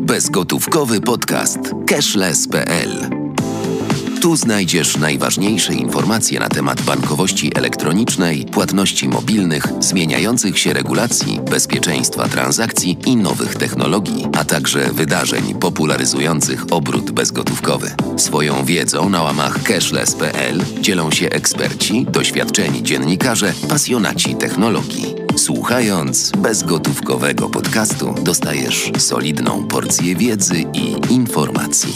Bezgotówkowy podcast cashless.pl. Tu znajdziesz najważniejsze informacje na temat bankowości elektronicznej, płatności mobilnych, zmieniających się regulacji, bezpieczeństwa transakcji i nowych technologii, a także wydarzeń popularyzujących obrót bezgotówkowy. Swoją wiedzą na łamach cashless.pl dzielą się eksperci, doświadczeni dziennikarze, pasjonaci technologii. Słuchając bezgotówkowego podcastu dostajesz solidną porcję wiedzy i informacji.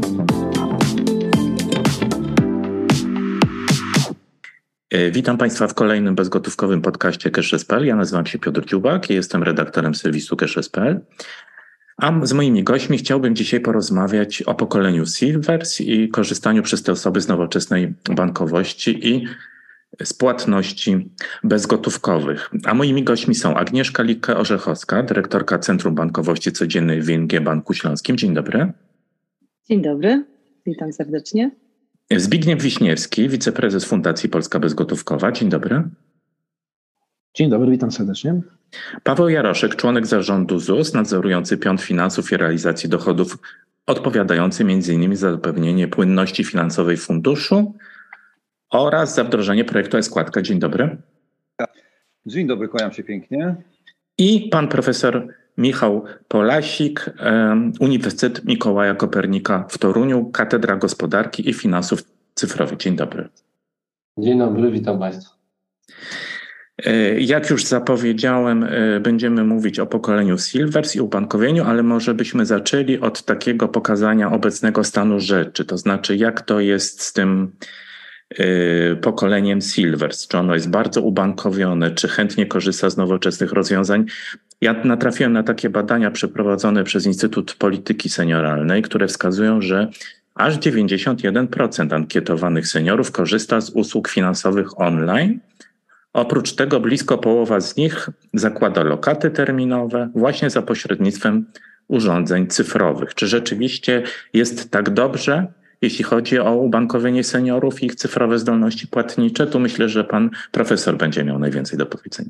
Witam Państwa w kolejnym bezgotówkowym podcaście cashless.pl. Ja nazywam się Piotr Dziubak i jestem redaktorem serwisu cashless.pl. A z moimi gośćmi chciałbym dzisiaj porozmawiać o pokoleniu Silvers i korzystaniu przez te osoby z nowoczesnej bankowości i z płatności bezgotówkowych. A moimi gośćmi są Agnieszka Likke-Orzechowska, dyrektorka Centrum Bankowości Codziennej w ING Banku Śląskim. Dzień dobry. Dzień dobry, witam serdecznie. Zbigniew Wiśniewski, wiceprezes Fundacji Polska Bezgotówkowa. Dzień dobry. Dzień dobry, witam serdecznie. Paweł Jaroszek, członek zarządu ZUS, nadzorujący pion finansów i realizacji dochodów, odpowiadający m.in. za zapewnienie płynności finansowej funduszu oraz za wdrożenie projektu e-składka. Dzień dobry. Dzień dobry, kłaniam się pięknie. I pan profesor Michał Polasik, Uniwersytet Mikołaja Kopernika w Toruniu, Katedra Gospodarki i Finansów Cyfrowych. Dzień dobry. Dzień dobry, witam Państwa. Jak już zapowiedziałem, będziemy mówić o pokoleniu Silvers i ubankowieniu, ale może byśmy zaczęli od takiego pokazania obecnego stanu rzeczy, to znaczy jak to jest z tym pokoleniem Silvers, czy ono jest bardzo ubankowione, czy chętnie korzysta z nowoczesnych rozwiązań. Ja natrafiłem na takie badania przeprowadzone przez Instytut Polityki Senioralnej, które wskazują, że aż 91% ankietowanych seniorów korzysta z usług finansowych online. Oprócz tego blisko połowa z nich zakłada lokaty terminowe właśnie za pośrednictwem urządzeń cyfrowych. Czy rzeczywiście jest tak dobrze, jeśli chodzi o ubankowienie seniorów i ich cyfrowe zdolności płatnicze? Tu myślę, że pan profesor będzie miał najwięcej do powiedzenia.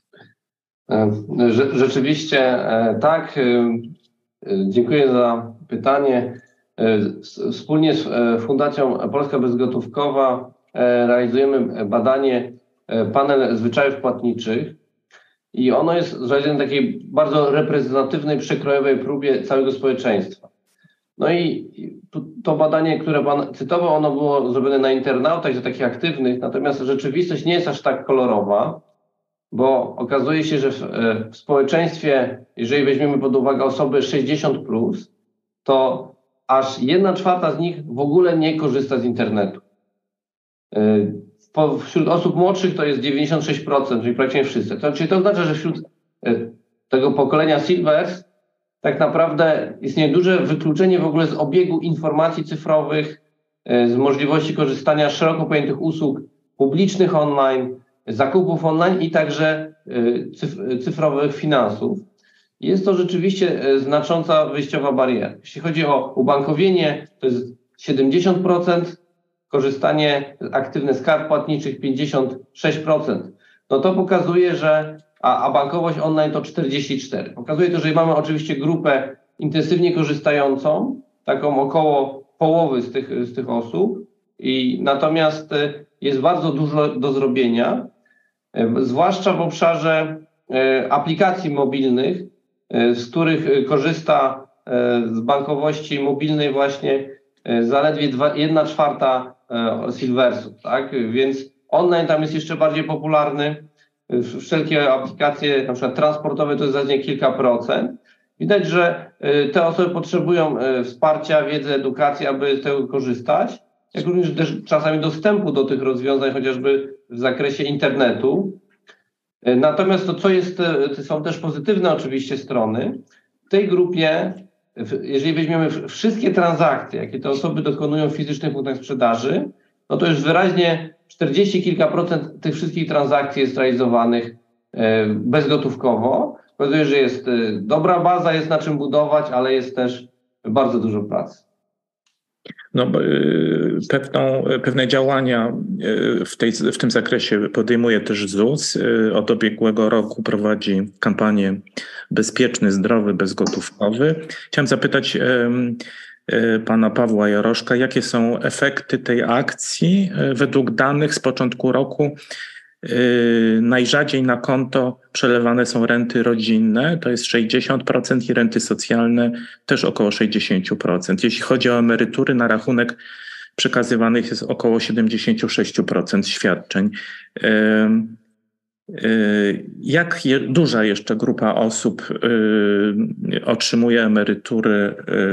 Rzeczywiście tak. Dziękuję za pytanie. Wspólnie z Fundacją Polska Bezgotówkowa realizujemy badanie Panel Zwyczajów Płatniczych i ono jest zrealizowane na takiej bardzo reprezentatywnej, przekrojowej próbie całego społeczeństwa. No i to badanie, które pan cytował, ono było zrobione na internautach, za takich aktywnych, natomiast rzeczywistość nie jest aż tak kolorowa, bo okazuje się, że w społeczeństwie, jeżeli weźmiemy pod uwagę osoby 60+, to aż 1/4 z nich w ogóle nie korzysta z internetu. Wśród osób młodszych to jest 96%, czyli praktycznie wszyscy. Czyli to oznacza, że wśród tego pokolenia Silvers tak naprawdę istnieje duże wykluczenie w ogóle z obiegu informacji cyfrowych, z możliwości korzystania z szeroko pojętych usług publicznych online, zakupów online i także cyfrowych finansów. Jest to rzeczywiście znacząca wyjściowa bariera. Jeśli chodzi o ubankowienie, to jest 70%, korzystanie aktywne z kart płatniczych 56%. No to pokazuje, że a bankowość online to 44%. Pokazuje to, że mamy oczywiście grupę intensywnie korzystającą, taką około połowy z tych osób, i natomiast jest bardzo dużo do zrobienia, zwłaszcza w obszarze aplikacji mobilnych, z których korzysta z bankowości mobilnej właśnie zaledwie 1/4 Silversów, tak? Więc online tam jest jeszcze bardziej popularny. Wszelkie aplikacje, na przykład transportowe, to jest zaledwie kilka procent. Widać, że te osoby potrzebują wsparcia, wiedzy, edukacji, aby z tego korzystać, jak również też czasami dostępu do tych rozwiązań, chociażby w zakresie internetu. Natomiast to, co jest, są też pozytywne oczywiście strony. W tej grupie, jeżeli weźmiemy wszystkie transakcje, jakie te osoby dokonują w fizycznych punktach sprzedaży, no to już wyraźnie 40 kilka procent tych wszystkich transakcji jest realizowanych bezgotówkowo. Pokazuje, że jest dobra baza, jest na czym budować, ale jest też bardzo dużo pracy. No, pewne działania w tym zakresie podejmuje też ZUS. Od ubiegłego roku prowadzi kampanię bezpieczny, zdrowy, bezgotówkowy. Chciałem zapytać pana Pawła Jaroszka, jakie są efekty tej akcji? Według danych z początku roku najrzadziej na konto przelewane są renty rodzinne, to jest 60% i renty socjalne też około 60%. Jeśli chodzi o emerytury, na rachunek przekazywanych jest około 76% świadczeń. Jak duża jeszcze grupa osób otrzymuje emerytury?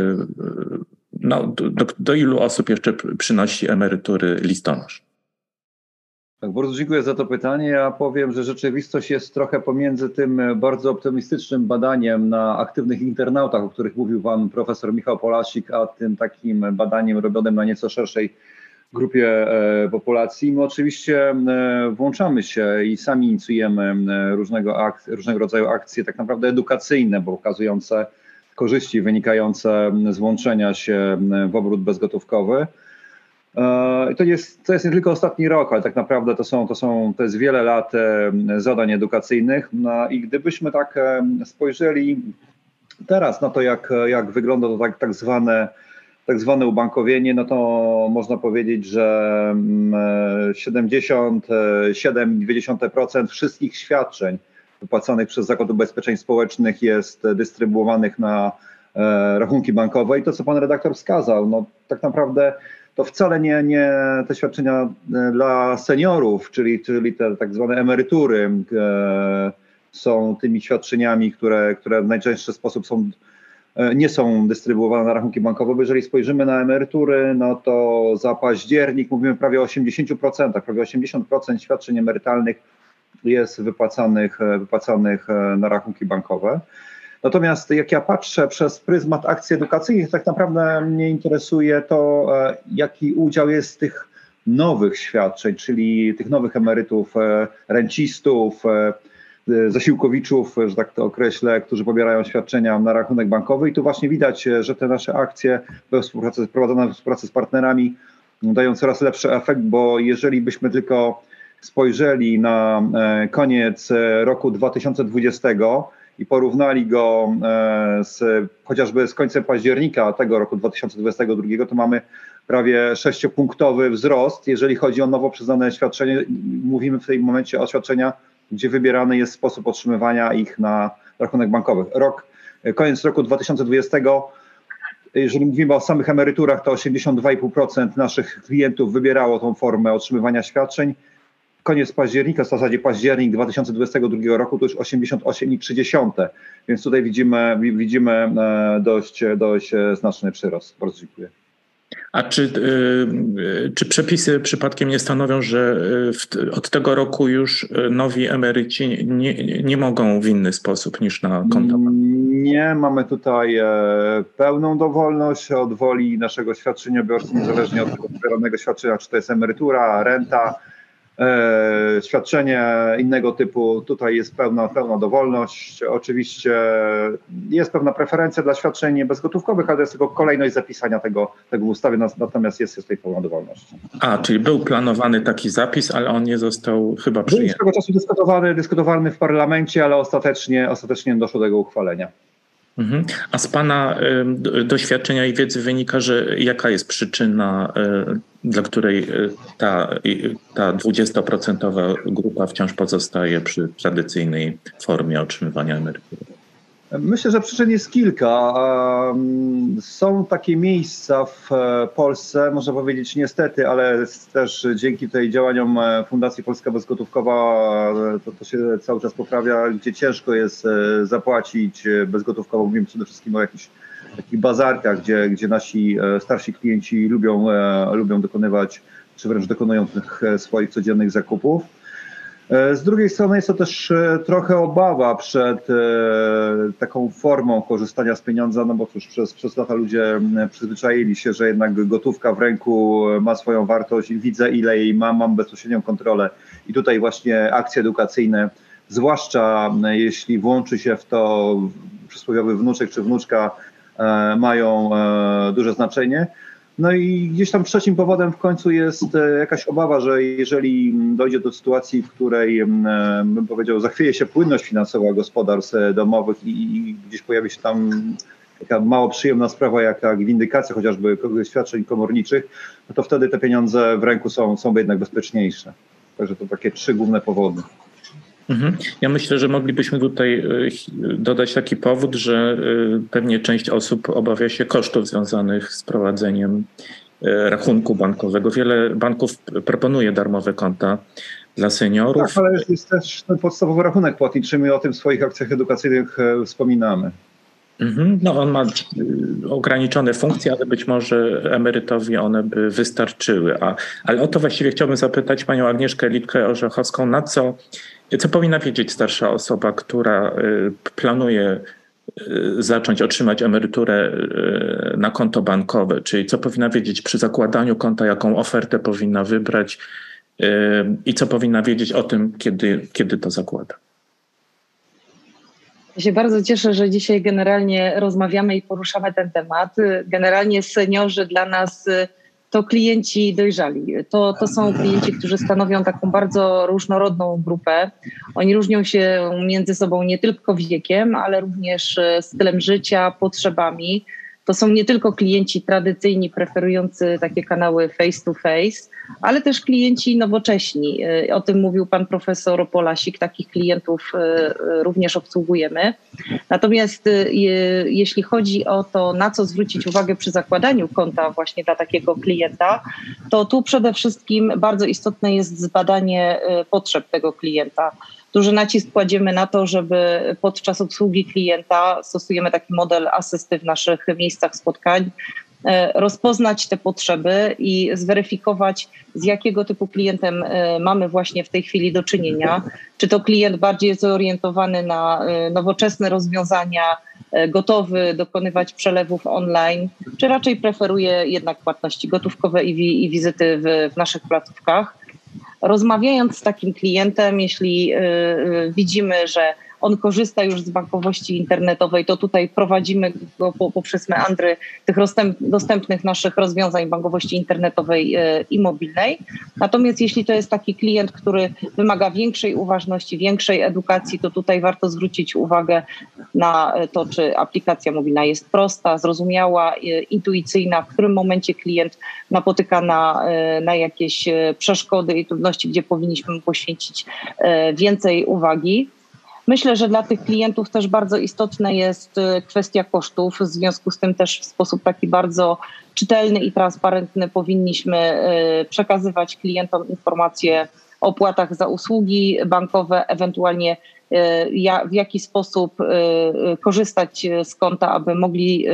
Do ilu osób jeszcze przynosi emerytury listonosz? Tak, bardzo dziękuję za to pytanie. Ja powiem, że rzeczywistość jest trochę pomiędzy tym bardzo optymistycznym badaniem na aktywnych internautach, o których mówił pan profesor Michał Polasik, a tym takim badaniem robionym na nieco szerszej grupie populacji. My oczywiście włączamy się i sami inicjujemy różnego rodzaju akcje tak naprawdę edukacyjne, bo pokazujące korzyści wynikające z włączenia się w obrót bezgotówkowy. To jest nie tylko ostatni rok, ale tak naprawdę to jest wiele lat zadań edukacyjnych. No i gdybyśmy tak spojrzeli teraz na to, jak wygląda to tak zwane ubankowienie, no to można powiedzieć, że 77,2% wszystkich świadczeń wypłacanych przez Zakład Ubezpieczeń Społecznych jest dystrybuowanych na rachunki bankowe. I to, co pan redaktor wskazał, no tak naprawdę to wcale nie te świadczenia dla seniorów, czyli te tak zwane emerytury są tymi świadczeniami, które w najczęstszy sposób nie są dystrybuowane na rachunki bankowe, bo jeżeli spojrzymy na emerytury, no to za październik mówimy prawie o 80%, prawie 80% świadczeń emerytalnych jest wypłacanych na rachunki bankowe. Natomiast jak ja patrzę przez pryzmat akcji edukacyjnych, tak naprawdę mnie interesuje to, jaki udział jest tych nowych świadczeń, czyli tych nowych emerytów, rencistów, zasiłkowiczów, że tak to określę, którzy pobierają świadczenia na rachunek bankowy. I tu właśnie widać, że te nasze akcje prowadzone we współpracy z partnerami dają coraz lepszy efekt, bo jeżeli byśmy tylko spojrzeli na koniec roku 2020 i porównali go chociażby z końcem października tego roku 2022, to mamy prawie 6-punktowy wzrost, jeżeli chodzi o nowo przyznane świadczenie. Mówimy w tym momencie o świadczeniach, gdzie wybierany jest sposób otrzymywania ich na rachunek bankowy. Koniec roku 2020, jeżeli mówimy o samych emeryturach, to 82,5% naszych klientów wybierało tą formę otrzymywania świadczeń. Koniec października, w zasadzie październik 2022 roku to już 88,3%, więc tutaj widzimy dość znaczny przyrost. Bardzo dziękuję. A czy przepisy przypadkiem nie stanowią, że od tego roku już nowi emeryci nie mogą w inny sposób niż na konta? Nie, mamy tutaj pełną dowolność od woli naszego świadczeniobiorcy, niezależnie od tego wybieranego świadczenia, czy to jest emerytura, renta, świadczenie innego typu, tutaj jest pełna dowolność. Oczywiście jest pewna preferencja dla świadczeń bezgotówkowych, ale to jest tylko kolejność zapisania tego w ustawie, natomiast jest tutaj pełna dowolność. Czyli był planowany taki zapis, ale on nie został chyba przyjęty. Był swego czasu dyskutowany w parlamencie, ale ostatecznie doszło do jego uchwalenia. A z pana doświadczenia i wiedzy wynika, że jaka jest przyczyna, dla której ta 20% grupa wciąż pozostaje przy tradycyjnej formie otrzymywania emerytury? Myślę, że przyczyn jest kilka. Są takie miejsca w Polsce, można powiedzieć niestety, ale też dzięki tej działaniom Fundacji Polska Bezgotówkowa to się cały czas poprawia, gdzie ciężko jest zapłacić bezgotówkowo. Mówimy przede wszystkim o jakichś takich bazarkach, gdzie nasi starsi klienci lubią dokonywać, czy wręcz dokonują tych swoich codziennych zakupów. Z drugiej strony jest to też trochę obawa przed taką formą korzystania z pieniądza, no bo cóż, przez lata ludzie przyzwyczaili się, że jednak gotówka w ręku ma swoją wartość, widzę ile jej mam bezpośrednią kontrolę. I tutaj właśnie akcje edukacyjne, zwłaszcza jeśli włączy się w to przysłowiowy wnuczek czy wnuczka, mają duże znaczenie. No i gdzieś tam trzecim powodem w końcu jest jakaś obawa, że jeżeli dojdzie do sytuacji, w której, bym powiedział, zachwieje się płynność finansowa gospodarstw domowych i gdzieś pojawi się tam taka mało przyjemna sprawa jak windykacja chociażby świadczeń komorniczych, no to wtedy te pieniądze w ręku są jednak bezpieczniejsze. Także to takie 3 główne powody. Ja myślę, że moglibyśmy tutaj dodać taki powód, że pewnie część osób obawia się kosztów związanych z prowadzeniem rachunku bankowego. Wiele banków proponuje darmowe konta dla seniorów. Tak, ale jest też ten podstawowy rachunek płatniczy, my o tym w swoich akcjach edukacyjnych wspominamy. No on ma ograniczone funkcje, ale być może emerytowi one by wystarczyły. Ale o to właściwie chciałbym zapytać panią Agnieszkę Litkę-Orzechowską, co powinna wiedzieć starsza osoba, która planuje zacząć otrzymać emeryturę na konto bankowe, czyli co powinna wiedzieć przy zakładaniu konta, jaką ofertę powinna wybrać i co powinna wiedzieć o tym, kiedy to zakłada. Ja się bardzo cieszę, że dzisiaj generalnie rozmawiamy i poruszamy ten temat. Generalnie seniorzy dla nas to klienci dojrzali. To są klienci, którzy stanowią taką bardzo różnorodną grupę. Oni różnią się między sobą nie tylko wiekiem, ale również stylem życia, potrzebami. To są nie tylko klienci tradycyjni, preferujący takie kanały face to face, ale też klienci nowocześni. O tym mówił pan profesor Polasik, takich klientów również obsługujemy. Natomiast jeśli chodzi o to, na co zwrócić uwagę przy zakładaniu konta właśnie dla takiego klienta, to tu przede wszystkim bardzo istotne jest zbadanie potrzeb tego klienta. Duży nacisk kładziemy na to, żeby podczas obsługi klienta, stosujemy taki model asysty w naszych miejscach spotkań, rozpoznać te potrzeby i zweryfikować, z jakiego typu klientem mamy właśnie w tej chwili do czynienia. Czy to klient bardziej zorientowany na nowoczesne rozwiązania, gotowy dokonywać przelewów online, czy raczej preferuje jednak płatności gotówkowe i wizyty w naszych placówkach. Rozmawiając z takim klientem, jeśli widzimy, że on korzysta już z bankowości internetowej, to tutaj prowadzimy go poprzez meandry tych dostępnych naszych rozwiązań bankowości internetowej i mobilnej. Natomiast jeśli to jest taki klient, który wymaga większej uważności, większej edukacji, to tutaj warto zwrócić uwagę na to, czy aplikacja mobilna jest prosta, zrozumiała, intuicyjna, w którym momencie klient napotyka na jakieś przeszkody i trudności, gdzie powinniśmy mu poświęcić więcej uwagi. Myślę, że dla tych klientów też bardzo istotna jest kwestia kosztów. W związku z tym też w sposób taki bardzo czytelny i transparentny powinniśmy przekazywać klientom informacje o opłatach za usługi bankowe, ewentualnie w jaki sposób korzystać z konta, aby mogli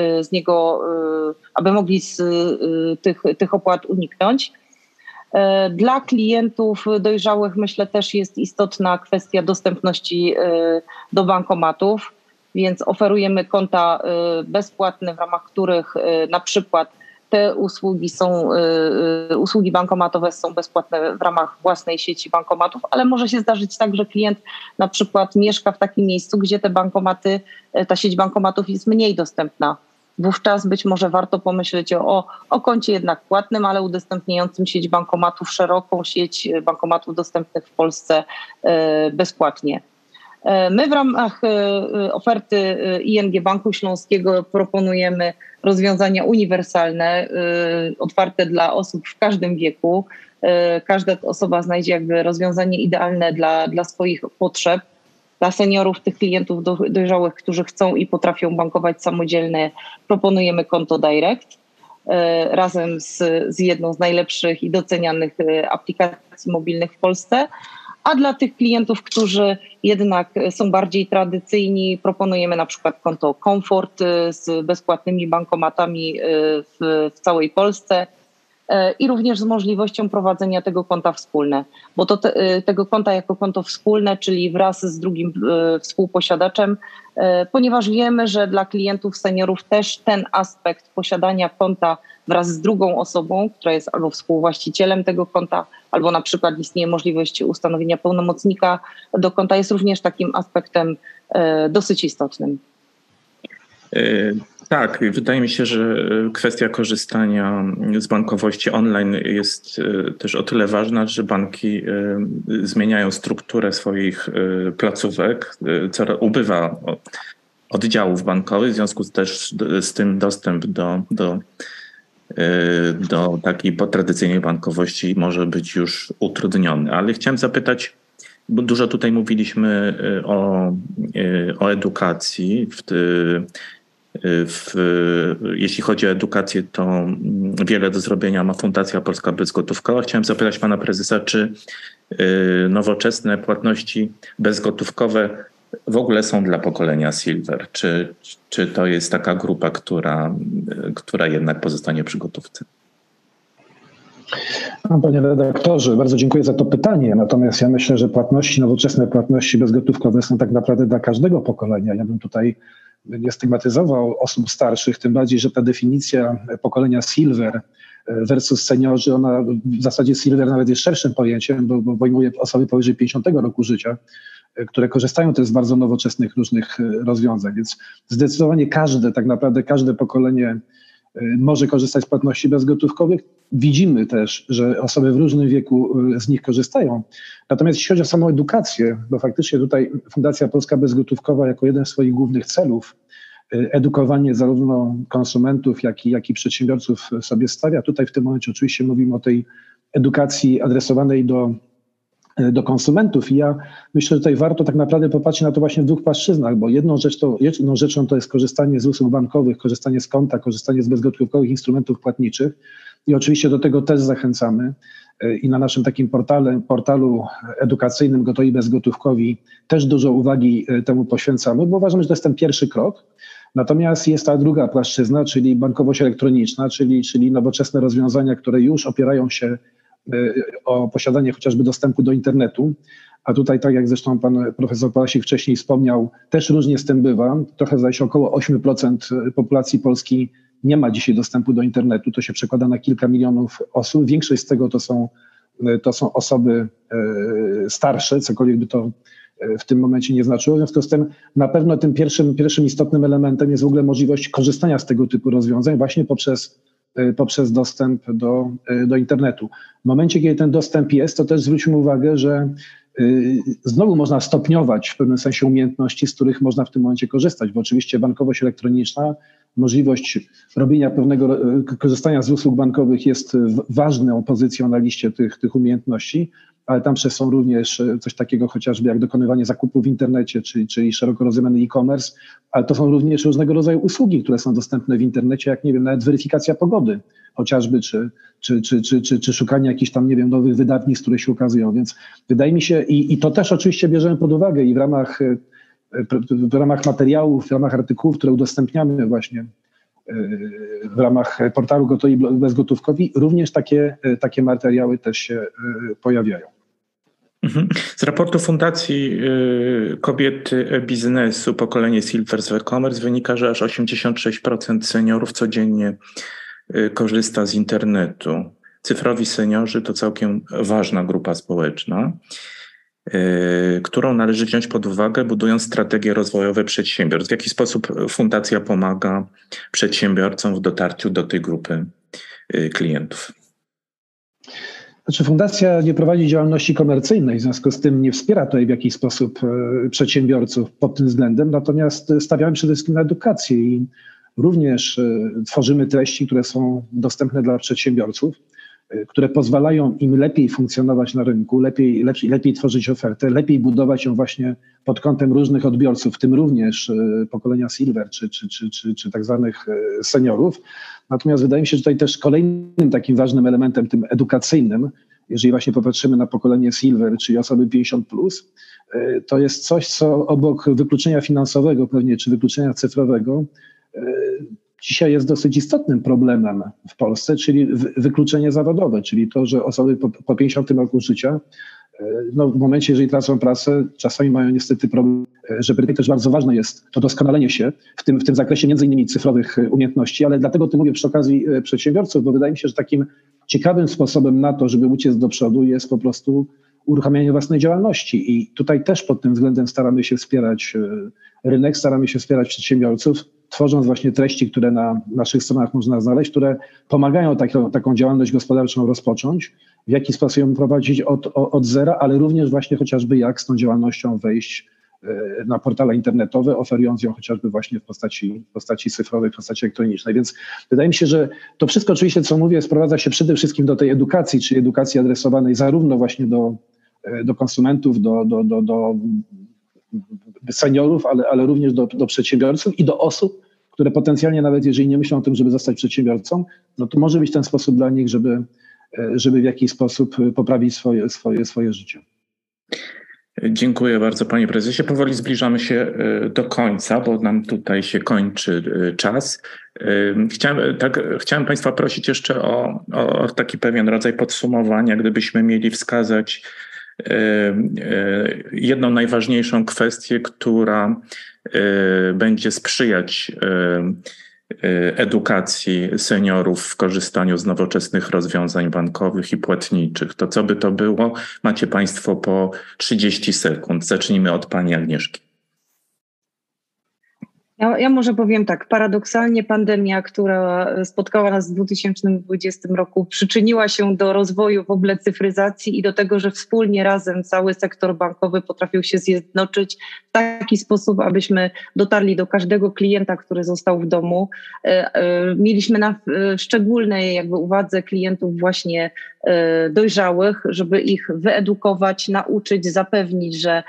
tych opłat uniknąć. Dla klientów dojrzałych myślę też jest istotna kwestia dostępności do bankomatów, więc oferujemy konta bezpłatne, w ramach których na przykład te usługi bankomatowe są bezpłatne w ramach własnej sieci bankomatów, ale może się zdarzyć tak, że klient na przykład mieszka w takim miejscu, gdzie ta sieć bankomatów jest mniej dostępna. Wówczas być może warto pomyśleć o koncie jednak płatnym, ale udostępniającym sieć bankomatów, szeroką sieć bankomatów dostępnych w Polsce bezpłatnie. My w ramach oferty ING Banku Śląskiego proponujemy rozwiązania uniwersalne, otwarte dla osób w każdym wieku. Każda osoba znajdzie jakby rozwiązanie idealne dla swoich potrzeb. Dla seniorów, tych klientów dojrzałych, którzy chcą i potrafią bankować samodzielnie, proponujemy konto Direct razem z jedną z najlepszych i docenianych aplikacji mobilnych w Polsce. A dla tych klientów, którzy jednak są bardziej tradycyjni, proponujemy na przykład konto Comfort z bezpłatnymi bankomatami w całej Polsce i również z możliwością prowadzenia tego konta wspólne, bo tego konta jako konto wspólne, czyli wraz z drugim współposiadaczem, ponieważ wiemy, że dla klientów seniorów też ten aspekt posiadania konta wraz z drugą osobą, która jest albo współwłaścicielem tego konta, albo na przykład istnieje możliwość ustanowienia pełnomocnika do konta, jest również takim aspektem dosyć istotnym. Tak, wydaje mi się, że kwestia korzystania z bankowości online jest też o tyle ważna, że banki zmieniają strukturę swoich placówek, ubywa oddziałów bankowych, w związku też z tym dostęp do takiej tradycyjnej bankowości może być już utrudniony. Ale chciałem zapytać, bo dużo tutaj mówiliśmy o edukacji. Jeśli chodzi o edukację, to wiele do zrobienia ma Fundacja Polska Bezgotówkowa. Chciałem zapytać pana prezesa, czy nowoczesne płatności bezgotówkowe w ogóle są dla pokolenia Silver? Czy to jest taka grupa, która jednak pozostanie przy gotówce? Panie redaktorze, bardzo dziękuję za to pytanie. Natomiast ja myślę, że nowoczesne płatności bezgotówkowe są tak naprawdę dla każdego pokolenia. Ja bym tutaj nie stygmatyzował osób starszych, tym bardziej, że ta definicja pokolenia Silver versus seniorzy, ona w zasadzie Silver nawet jest szerszym pojęciem, bo obejmuje osoby powyżej 50 roku życia, które korzystają też z bardzo nowoczesnych różnych rozwiązań. Więc zdecydowanie tak naprawdę każde pokolenie może korzystać z płatności bezgotówkowych. Widzimy też, że osoby w różnym wieku z nich korzystają. Natomiast jeśli chodzi o samą edukację, bo faktycznie tutaj Fundacja Polska Bezgotówkowa jako jeden z swoich głównych celów edukowanie zarówno konsumentów, jak i przedsiębiorców sobie stawia. Tutaj w tym momencie oczywiście mówimy o tej edukacji adresowanej do konsumentów i ja myślę, że tutaj warto tak naprawdę popatrzeć na to właśnie w dwóch płaszczyznach, bo jedną rzeczą to jest korzystanie z usług bankowych, korzystanie z konta, korzystanie z bezgotówkowych instrumentów płatniczych i oczywiście do tego też zachęcamy i na naszym takim portalu edukacyjnym Gotowi Bezgotówkowi też dużo uwagi temu poświęcamy, bo uważamy, że to jest ten pierwszy krok. Natomiast jest ta druga płaszczyzna, czyli bankowość elektroniczna, czyli nowoczesne rozwiązania, które już opierają się o posiadanie chociażby dostępu do internetu, a tutaj, tak jak zresztą pan profesor Palasik wcześniej wspomniał, też różnie z tym bywa. Trochę zdaje się około 8% populacji Polski nie ma dzisiaj dostępu do internetu. To się przekłada na kilka milionów osób. Większość z tego to są osoby starsze, cokolwiek by to w tym momencie nie znaczyło. W związku z tym na pewno tym pierwszym istotnym elementem jest w ogóle możliwość korzystania z tego typu rozwiązań właśnie poprzez dostęp do internetu. W momencie, kiedy ten dostęp jest, to też zwróćmy uwagę, że znowu można stopniować w pewnym sensie umiejętności, z których można w tym momencie korzystać, bo oczywiście bankowość elektroniczna, możliwość robienia korzystania z usług bankowych jest ważną pozycją na liście tych umiejętności, ale tam są również coś takiego chociażby jak dokonywanie zakupów w internecie, czyli szeroko rozumiany e-commerce, ale to są również różnego rodzaju usługi, które są dostępne w internecie, jak nie wiem, nawet weryfikacja pogody chociażby, czy szukanie jakichś tam, nie wiem, nowych wydawnictw, które się ukazują. Więc wydaje mi się, i to też oczywiście bierzemy pod uwagę i w ramach materiałów, w ramach artykułów, które udostępniamy właśnie w ramach portalu Gotowi Bezgotówkowi, również takie materiały też się pojawiają. Z raportu Fundacji Kobiety Biznesu Pokolenie Silver z e-commerce wynika, że aż 86% seniorów codziennie korzysta z internetu. Cyfrowi seniorzy to całkiem ważna grupa społeczna, którą należy wziąć pod uwagę, budując strategie rozwojowe przedsiębiorstw. W jaki sposób fundacja pomaga przedsiębiorcom w dotarciu do tej grupy klientów? Znaczy fundacja nie prowadzi działalności komercyjnej, w związku z tym nie wspiera tutaj w jakiś sposób przedsiębiorców pod tym względem, natomiast stawiamy przede wszystkim na edukację i również tworzymy treści, które są dostępne dla przedsiębiorców, które pozwalają im lepiej funkcjonować na rynku, lepiej tworzyć ofertę, lepiej budować ją właśnie pod kątem różnych odbiorców, w tym również pokolenia Silver czy tak zwanych seniorów. Natomiast wydaje mi się, że tutaj też kolejnym takim ważnym elementem, tym edukacyjnym, jeżeli właśnie popatrzymy na pokolenie Silver, czyli osoby 50+, to jest coś, co obok wykluczenia finansowego pewnie, czy wykluczenia cyfrowego, dzisiaj jest dosyć istotnym problemem w Polsce, czyli wykluczenie zawodowe, czyli to, że osoby po 50 roku życia, w momencie, jeżeli tracą pracę, czasami mają niestety problem, żeby też bardzo ważne jest to doskonalenie się w tym zakresie między innymi cyfrowych umiejętności, ale dlatego o tym mówię przy okazji przedsiębiorców, bo wydaje mi się, że takim ciekawym sposobem na to, żeby uciec do przodu jest po prostu uruchamianie własnej działalności i tutaj też pod tym względem staramy się wspierać rynek, staramy się wspierać przedsiębiorców. tworząc właśnie treści, które na naszych stronach można znaleźć, które pomagają taką działalność gospodarczą rozpocząć, w jaki sposób ją prowadzić od zera, ale również właśnie chociażby jak z tą działalnością wejść na portale internetowe, oferując ją chociażby właśnie w postaci cyfrowej, w postaci elektronicznej. Więc wydaje mi się, że to wszystko oczywiście, co mówię, sprowadza się przede wszystkim do tej edukacji, czyli edukacji adresowanej zarówno właśnie do konsumentów, do seniorów, ale również do przedsiębiorców i do osób, które potencjalnie nawet jeżeli nie myślą o tym, żeby zostać przedsiębiorcą, no to może być ten sposób dla nich, żeby w jakiś sposób poprawić swoje życie. Dziękuję bardzo, panie prezesie. Powoli zbliżamy się do końca, bo nam tutaj się kończy czas. Chciałem państwa prosić jeszcze o taki pewien rodzaj podsumowania, gdybyśmy mieli wskazać jedną najważniejszą kwestię, która będzie sprzyjać edukacji seniorów w korzystaniu z nowoczesnych rozwiązań bankowych i płatniczych. To co by to było? Macie państwo po 30 sekund. Zacznijmy od pani Agnieszki. Ja może powiem tak, paradoksalnie pandemia, która spotkała nas w 2020 roku, przyczyniła się do rozwoju w ogóle cyfryzacji i do tego, że wspólnie razem cały sektor bankowy potrafił się zjednoczyć w taki sposób, abyśmy dotarli do każdego klienta, który został w domu. Mieliśmy na szczególnej jakby uwadze klientów właśnie dojrzałych, żeby ich wyedukować, nauczyć, zapewnić, że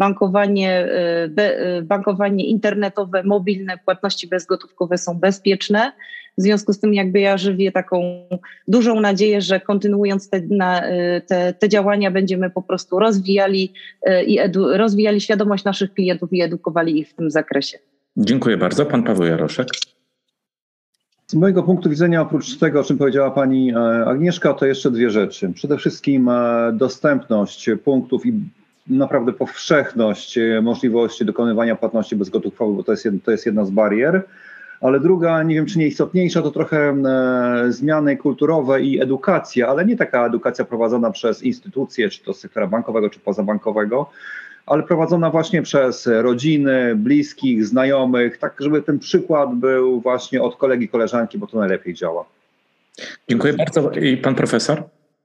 bankowanie internetowe, mobilne, płatności bezgotówkowe są bezpieczne. W związku z tym jakby ja żywię taką dużą nadzieję, że kontynuując te działania będziemy po prostu rozwijali świadomość naszych klientów i edukowali ich w tym zakresie. Dziękuję bardzo. Pan Paweł Jaroszek. Z mojego punktu widzenia, oprócz tego, o czym powiedziała pani Agnieszka, to jeszcze dwie rzeczy. Przede wszystkim dostępność punktów i naprawdę powszechność możliwości dokonywania płatności bezgotówkowych, bo to jest jedna z barier. Ale druga, nie wiem czy nie istotniejsza, to trochę zmiany kulturowe i edukacja, ale nie taka edukacja prowadzona przez instytucje, czy to z sektora bankowego, czy pozabankowego, ale prowadzona właśnie przez rodziny, bliskich, znajomych, tak żeby ten przykład był właśnie od kolegi, koleżanki, bo to najlepiej działa. Dziękuję bardzo. I pan profesor?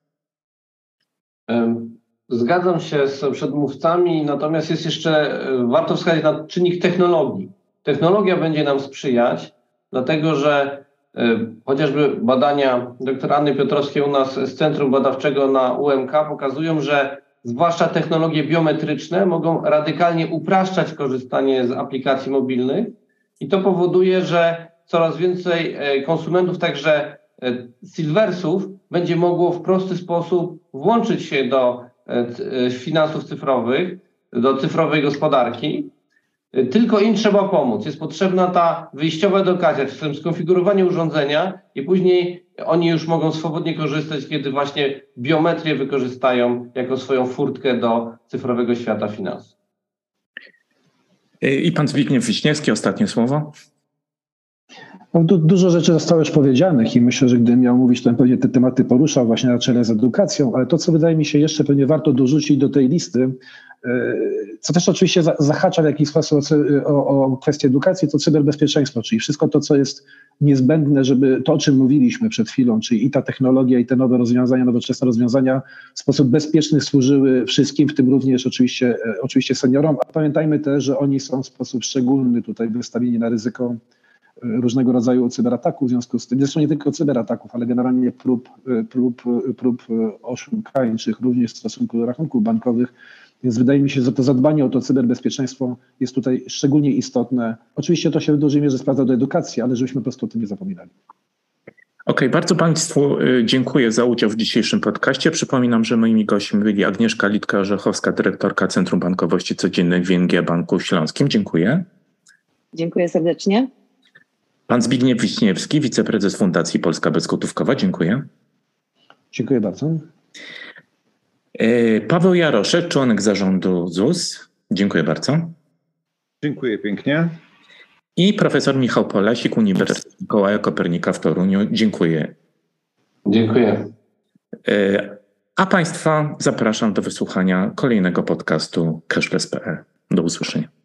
Zgadzam się z przedmówcami, natomiast jest jeszcze, warto wskazać na czynnik technologii. Technologia będzie nam sprzyjać, dlatego że chociażby badania dr Anny Piotrowskiej u nas z Centrum Badawczego na UMK pokazują, że zwłaszcza technologie biometryczne mogą radykalnie upraszczać korzystanie z aplikacji mobilnych i to powoduje, że coraz więcej konsumentów, także silversów, będzie mogło w prosty sposób włączyć się do finansów cyfrowych, do cyfrowej gospodarki. Tylko im trzeba pomóc. Jest potrzebna ta wyjściowa edukacja, w tym skonfigurowanie urządzenia i później oni już mogą swobodnie korzystać, kiedy właśnie biometrię wykorzystają jako swoją furtkę do cyfrowego świata finansów. I pan Zbigniew Wiśniewski, ostatnie słowo. No, dużo rzeczy zostało już powiedzianych i myślę, że gdybym miał mówić, to bym pewnie te tematy poruszał właśnie na czele z edukacją, ale to, co wydaje mi się jeszcze pewnie warto dorzucić do tej listy, co też oczywiście zahacza w jakiś sposób o kwestię edukacji, to cyberbezpieczeństwo, czyli wszystko to, co jest niezbędne, żeby to, o czym mówiliśmy przed chwilą, czyli i ta technologia, i te nowe rozwiązania, nowoczesne rozwiązania w sposób bezpieczny służyły wszystkim, w tym również oczywiście seniorom, a pamiętajmy też, że oni są w sposób szczególny tutaj wystawieni na ryzyko różnego rodzaju cyberataków, w związku z tym, zresztą nie tylko cyberataków, ale generalnie prób oszukańczych również w stosunku do rachunków bankowych, więc wydaje mi się, że to zadbanie o to cyberbezpieczeństwo jest tutaj szczególnie istotne. Oczywiście to się w dużej mierze sprawdza do edukacji, ale żebyśmy po prostu o tym nie zapominali. Okej, bardzo państwu dziękuję za udział w dzisiejszym podcaście. Przypominam, że moimi gośćmi byli Agnieszka Litka-Orzechowska, dyrektorka Centrum Bankowości Codziennej w ING Banku Śląskim. Dziękuję. Dziękuję serdecznie. Pan Zbigniew Wiśniewski, wiceprezes Fundacji Polska Bezgotówkowa. Dziękuję. Dziękuję bardzo. Paweł Jaroszek, członek zarządu ZUS. Dziękuję bardzo. Dziękuję pięknie. I profesor Michał Polasik, Uniwersytet Mikołaja Kopernika w Toruniu. Dziękuję. Dziękuję. A państwa zapraszam do wysłuchania kolejnego podcastu Cashless.pl. Do usłyszenia.